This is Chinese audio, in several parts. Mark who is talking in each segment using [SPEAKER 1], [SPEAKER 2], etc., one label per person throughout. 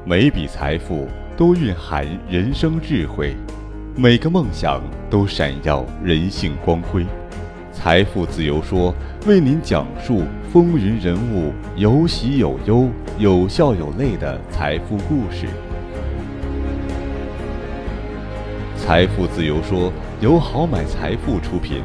[SPEAKER 1] 每笔财富都蕴含人生智慧，每个梦想都闪耀人性光辉。财富自由说为您讲述风云人物有喜有忧、有笑有泪的财富故事。财富自由说由好买财富出品。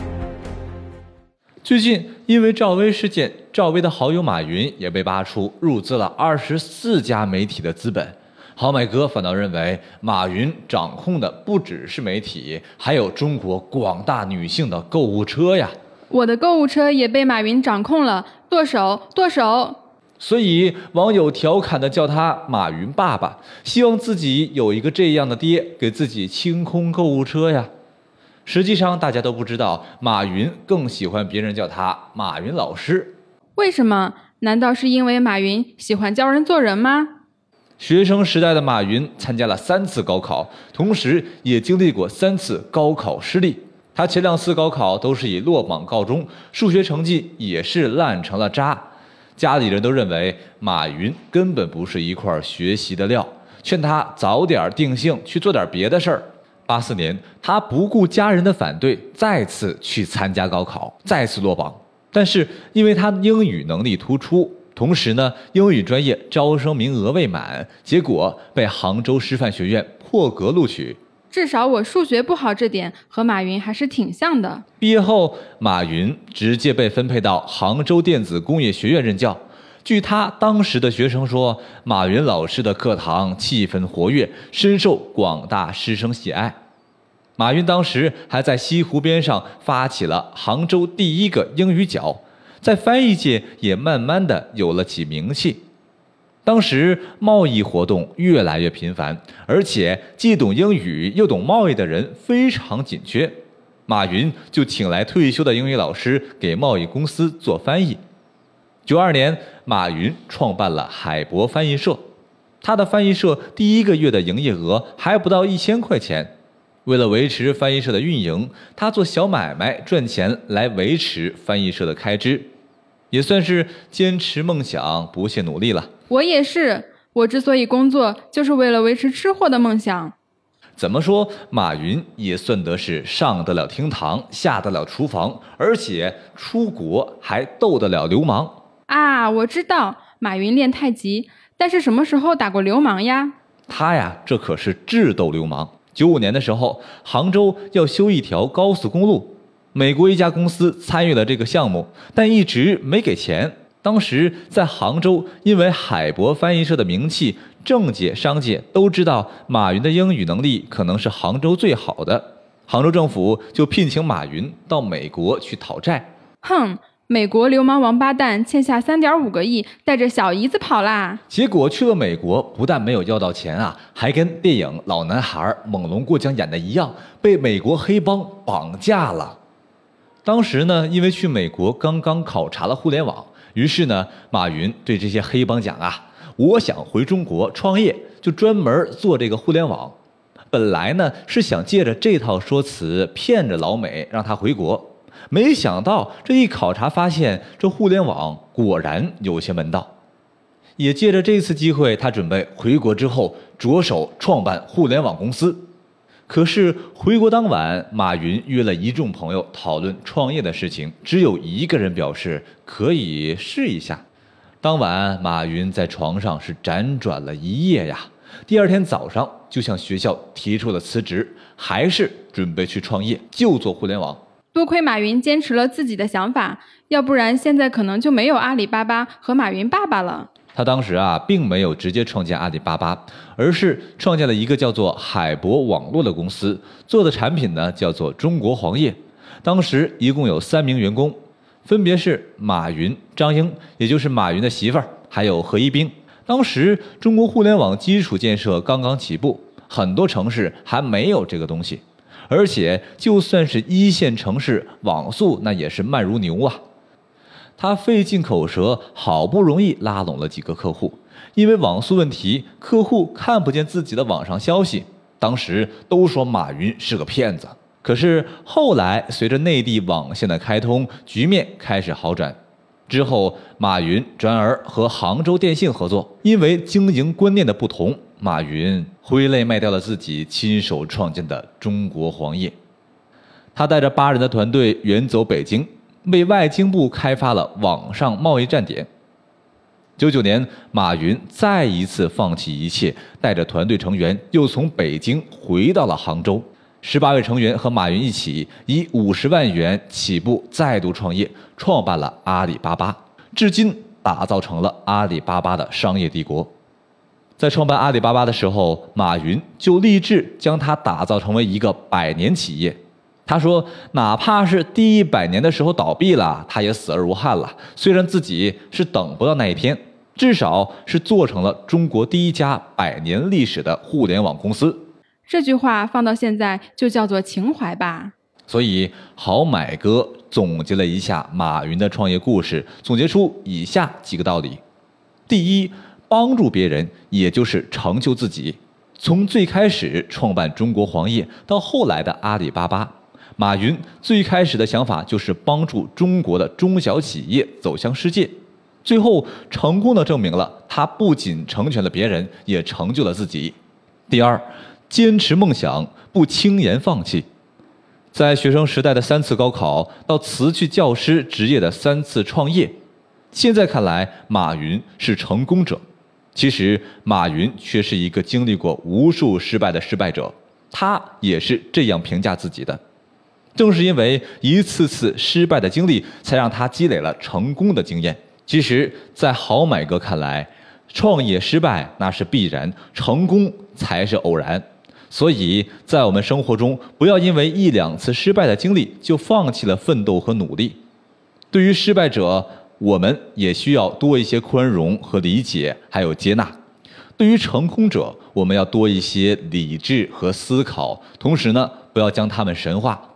[SPEAKER 2] 最近因为赵薇事件，赵薇的好友马云也被扒出入资了24家媒体的资本。好买哥反倒认为马云掌控的不只是媒体，还有中国广大女性的购物车呀。
[SPEAKER 3] 我的购物车也被马云掌控了，剁手剁手。
[SPEAKER 2] 所以网友调侃的叫他马云爸爸，希望自己有一个这样的爹，给自己清空购物车呀。实际上大家都不知道，马云更喜欢别人叫他马云老师。
[SPEAKER 3] 为什么？难道是因为马云喜欢教人做人吗？
[SPEAKER 2] 学生时代的马云参加了3次高考，同时也经历过3次高考失利。他前2次高考都是以落榜告终，数学成绩也是烂成了渣。家里人都认为马云根本不是一块学习的料，劝他早点定性去做点别的事儿。84年，他不顾家人的反对，再次去参加高考，再次落榜。但是因为他英语能力突出，同时呢，英语专业招生名额未满，结果被杭州师范学院破格录取。
[SPEAKER 3] 至少我数学不好这点和马云还是挺像的。
[SPEAKER 2] 毕业后，马云直接被分配到杭州电子工业学院任教。据他当时的学生说，马云老师的课堂气氛活跃，深受广大师生喜爱。马云当时还在西湖边上发起了杭州第一个英语角，在翻译界也慢慢的有了起名气。当时贸易活动越来越频繁，而且既懂英语又懂贸易的人非常紧缺，马云就请来退休的英语老师给贸易公司做翻译。92年，马云创办了海博翻译社，他的翻译社第1个月的营业额还不到1000块钱。为了维持翻译社的运营，他做小买卖赚钱来维持翻译社的开支，也算是坚持梦想，不懈努力了。
[SPEAKER 3] 我也是，我之所以工作，就是为了维持吃货的梦想。
[SPEAKER 2] 怎么说，马云也算得是上得了厅堂，下得了厨房，而且出国还斗得了流氓
[SPEAKER 3] 啊！我知道马云练太极，但是什么时候打过流氓呀？
[SPEAKER 2] 他呀，这可是智斗流氓。95年的时候，杭州要修一条高速公路，美国一家公司参与了这个项目，但一直没给钱。当时在杭州，因为海博翻译社的名气，政界商界都知道马云的英语能力可能是杭州最好的，杭州政府就聘请马云到美国去讨债。
[SPEAKER 3] 哼，美国流氓王八蛋欠下3.5个亿，带着小姨子跑啦。
[SPEAKER 2] 结果去了美国，不但没有要到钱啊，还跟电影《老男孩》猛龙过江演的一样，被美国黑帮绑架了。当时呢，因为去美国刚刚考察了互联网，于是呢，马云对这些黑帮讲啊，我想回中国创业，就专门做这个互联网。本来呢是想借着这套说辞骗着老美让他回国，没想到这一考察发现，这互联网果然有些门道。也借着这次机会，他准备回国之后着手创办互联网公司。可是回国当晚，马云约了一众朋友讨论创业的事情，只有1个人表示可以试一下。当晚马云在床上是辗转了一夜呀，第2天早上就向学校提出了辞职，还是准备去创业，就做互联网。
[SPEAKER 3] 多亏马云坚持了自己的想法，要不然现在可能就没有阿里巴巴和马云爸爸了。
[SPEAKER 2] 他当时啊，并没有直接创建阿里巴巴，而是创建了一个叫做海博网络的公司，做的产品呢叫做中国黄页。当时一共有3名员工，分别是马云、张英，也就是马云的媳妇儿，还有何一冰。当时中国互联网基础建设刚刚起步，很多城市还没有这个东西，而且就算是1线城市，网速那也是慢如牛啊。他费尽口舌，好不容易拉拢了几个客户，因为网速问题，客户看不见自己的网上消息，当时都说马云是个骗子。可是后来随着内地网线的开通，局面开始好转。 之后，马云转而和杭州电信合作，因为经营观念的不同，马云挥泪卖掉了自己亲手创建的中国黄页。他带着8人的团队远走北京，为外经部开发了网上贸易站点。99年，马云再一次放弃一切，带着团队成员又从北京回到了杭州。18位成员和马云一起，以50万元起步，再度创业，创办了阿里巴巴，至今打造成了阿里巴巴的商业帝国。在创办阿里巴巴的时候，马云就立志将它打造成为一个100年企业。他说，哪怕是第100年的时候倒闭了，他也死而无憾了。虽然自己是等不到那一天，至少是做成了中国第一家100年历史的互联网公司。
[SPEAKER 3] 这句话放到现在就叫做情怀吧。
[SPEAKER 2] 所以好买哥总结了一下马云的创业故事，总结出以下几个道理。第一，帮助别人也就是成就自己。从最开始创办中国黄页到后来的阿里巴巴，马云最开始的想法就是帮助中国的中小企业走向世界，最后成功地证明了他不仅成全了别人，也成就了自己。第二，坚持梦想，不轻言放弃。在学生时代的3次高考，到辞去教师职业的3次创业，现在看来，马云是成功者。其实，马云却是一个经历过无数失败的失败者，他也是这样评价自己的。正是因为一次次失败的经历，才让他积累了成功的经验。其实，在好买哥看来，创业失败那是必然，成功才是偶然。所以在我们生活中，不要因为1、2次失败的经历就放弃了奋斗和努力。对于失败者，我们也需要多一些宽容和理解，还有接纳。对于成功者，我们要多一些理智和思考，同时呢，不要将他们神化。